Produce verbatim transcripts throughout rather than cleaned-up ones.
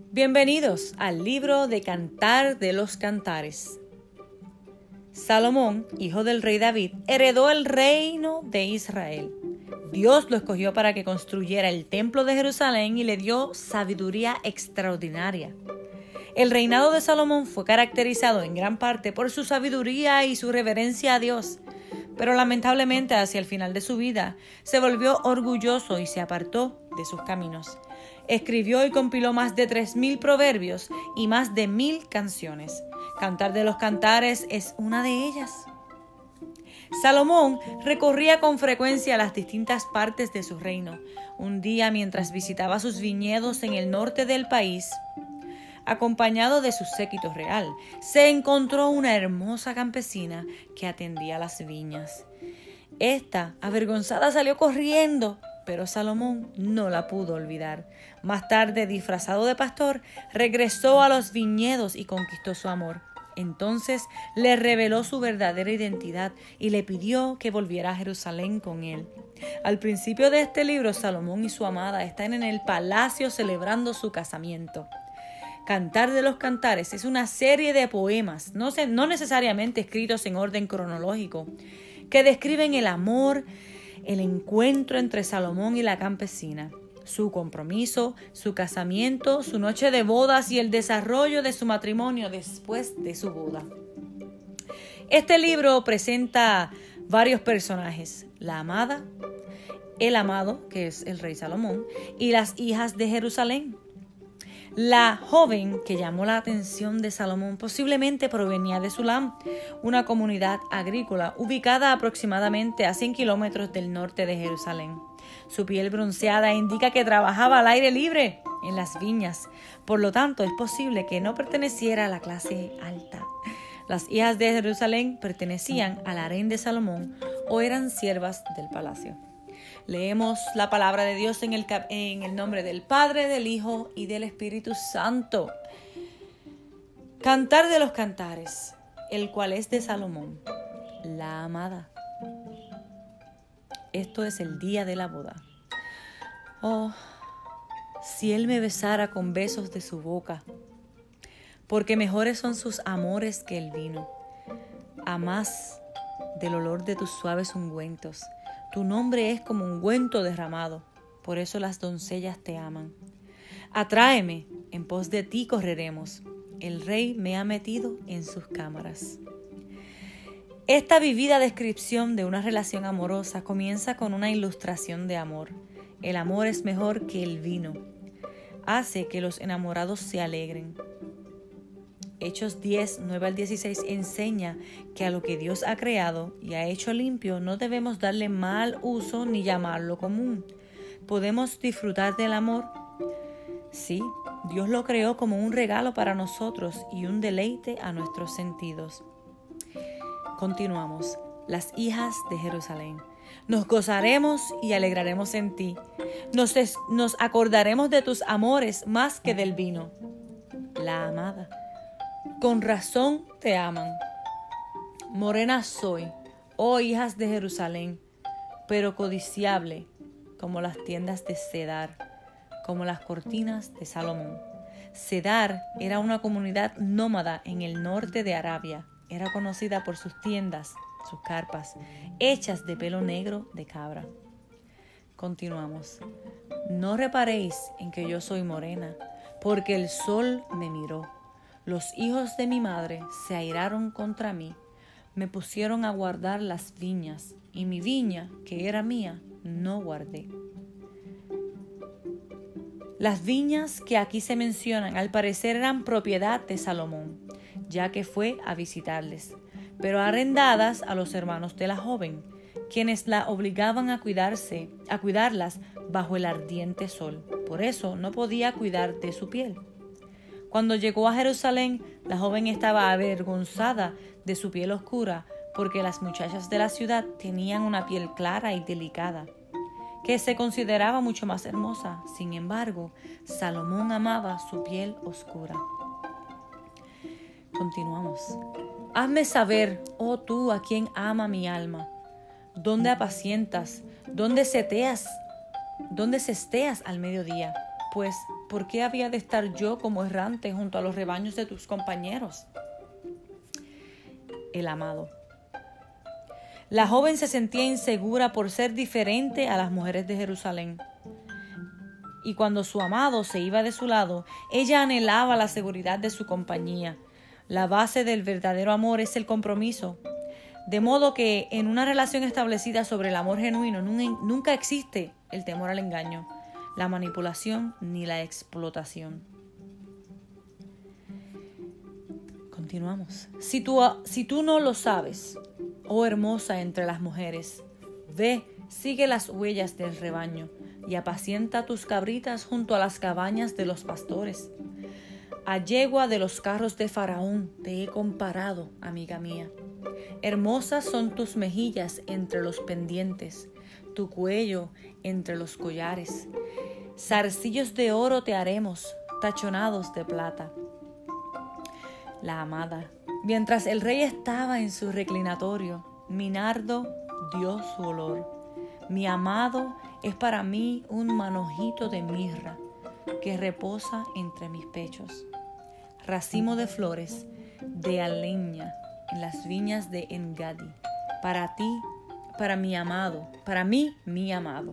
Bienvenidos al libro de Cantar de los Cantares. Salomón, hijo del rey David, heredó el reino de Israel. Dios lo escogió para que construyera el templo de Jerusalén y le dio sabiduría extraordinaria. El reinado de Salomón fue caracterizado en gran parte por su sabiduría y su reverencia a Dios, pero lamentablemente hacia el final de su vida se volvió orgulloso y se apartó de sus caminos. Escribió y compiló más de tres mil proverbios y más de mil canciones. Cantar de los Cantares es una de ellas. Salomón recorría con frecuencia las distintas partes de su reino. Un día, mientras visitaba sus viñedos en el norte del país, acompañado de su séquito real, se encontró una hermosa campesina que atendía las viñas. Esta, avergonzada, salió corriendo, pero Salomón no la pudo olvidar. Más tarde, disfrazado de pastor, regresó a los viñedos y conquistó su amor. Entonces le reveló su verdadera identidad y le pidió que volviera a Jerusalén con él. Al principio de este libro, Salomón y su amada están en el palacio celebrando su casamiento. Cantar de los Cantares es una serie de poemas, no, se, no necesariamente escritos en orden cronológico, que describen el amor, el encuentro entre Salomón y la campesina, su compromiso, su casamiento, su noche de bodas y el desarrollo de su matrimonio después de su boda. Este libro presenta varios personajes: la amada, el amado, que es el rey Salomón, y las hijas de Jerusalén. La joven que llamó la atención de Salomón posiblemente provenía de Sulam, una comunidad agrícola ubicada aproximadamente a cien kilómetros del norte de Jerusalén. Su piel bronceada indica que trabajaba al aire libre en las viñas, por lo tanto es posible que no perteneciera a la clase alta. Las hijas de Jerusalén pertenecían al harén de Salomón o eran siervas del palacio. Leemos la palabra de Dios en el, en el nombre del Padre, del Hijo y del Espíritu Santo. Cantar de los Cantares, el cual es de Salomón, la amada. Esto es el día de la boda. Oh, si él me besara con besos de su boca, porque mejores son sus amores que el vino, a más del olor de tus suaves ungüentos. Tu nombre es como ungüento derramado, por eso las doncellas te aman. Atráeme, en pos de ti correremos. El rey me ha metido en sus cámaras. Esta vivida descripción de una relación amorosa comienza con una ilustración de amor. El amor es mejor que el vino. Hace que los enamorados se alegren. Hechos diez, nueve al dieciséis enseña que a lo que Dios ha creado y ha hecho limpio no debemos darle mal uso ni llamarlo común. ¿Podemos disfrutar del amor? Sí, Dios lo creó como un regalo para nosotros y un deleite a nuestros sentidos. Continuamos. Las hijas de Jerusalén. Nos gozaremos y alegraremos en ti. Nos, es, nos acordaremos de tus amores más que del vino. La amada. Con razón te aman. Morena soy, oh hijas de Jerusalén, pero codiciable como las tiendas de Cedar, como las cortinas de Salomón. Cedar era una comunidad nómada en el norte de Arabia. Era conocida por sus tiendas, sus carpas, hechas de pelo negro de cabra. Continuamos. No reparéis en que yo soy morena, porque el sol me miró. Los hijos de mi madre se airaron contra mí, me pusieron a guardar las viñas, y mi viña, que era mía, no guardé. Las viñas que aquí se mencionan, al parecer eran propiedad de Salomón, ya que fue a visitarles, pero arrendadas a los hermanos de la joven, quienes la obligaban a cuidarse, a cuidarlas bajo el ardiente sol. Por eso no podía cuidar de su piel. Cuando llegó a Jerusalén, la joven estaba avergonzada de su piel oscura, porque las muchachas de la ciudad tenían una piel clara y delicada, que se consideraba mucho más hermosa. Sin embargo, Salomón amaba su piel oscura. Continuamos. Hazme saber, oh tú a quien ama mi alma, dónde apacientas, dónde seteas, dónde cesteas al mediodía, pues ¿por qué había de estar yo como errante junto a los rebaños de tus compañeros? El amado. La joven se sentía insegura por ser diferente a las mujeres de Jerusalén. Y cuando su amado se iba de su lado, ella anhelaba la seguridad de su compañía. La base del verdadero amor es el compromiso. De modo que en una relación establecida sobre el amor genuino nunca existe el temor al engaño, la manipulación ni la explotación. Continuamos. Si tú, si tú no lo sabes, oh hermosa entre las mujeres, ve, sigue las huellas del rebaño y apacienta tus cabritas junto a las cabañas de los pastores. A yegua de los carros de Faraón te he comparado, amiga mía. Hermosas son tus mejillas entre los pendientes, tu cuello entre los collares. Zarcillos de oro te haremos, tachonados de plata. La amada. Mientras el rey estaba en su reclinatorio, mi nardo dio su olor. Mi amado es para mí un manojito de mirra que reposa entre mis pechos. Racimo de flores de aleña en las viñas de Engadi. Para ti, para mi amado, para mí, mi amado.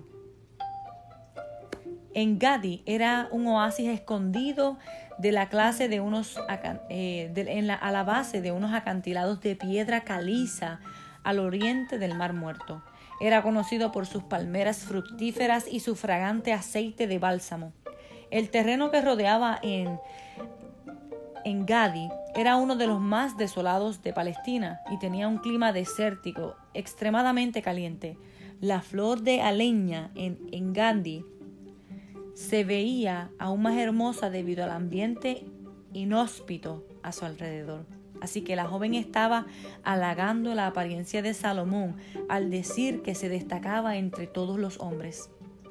Engadi era un oasis escondido de la clase de unos eh, de, en la, a la base de unos acantilados de piedra caliza al oriente del Mar Muerto. Era conocido por sus palmeras fructíferas y su fragante aceite de bálsamo. El terreno que rodeaba en Engadi era uno de los más desolados de Palestina y tenía un clima desértico extremadamente caliente. La flor de aleña en Engadi se veía aún más hermosa debido al ambiente inhóspito a su alrededor. Así que la joven estaba halagando la apariencia de Salomón al decir que se destacaba entre todos los hombres.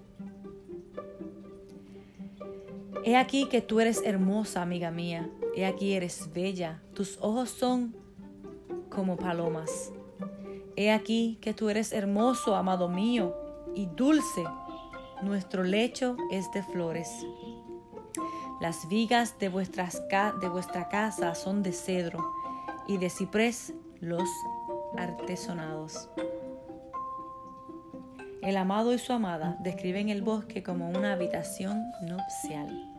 He aquí que tú eres hermosa, amiga mía. He aquí eres bella. Tus ojos son como palomas. He aquí que tú eres hermoso, amado mío, y dulce. Nuestro lecho es de flores. Las vigas de, vuestras ca- de vuestra casa son de cedro y de ciprés los artesonados. El amado y su amada describen el bosque como una habitación nupcial.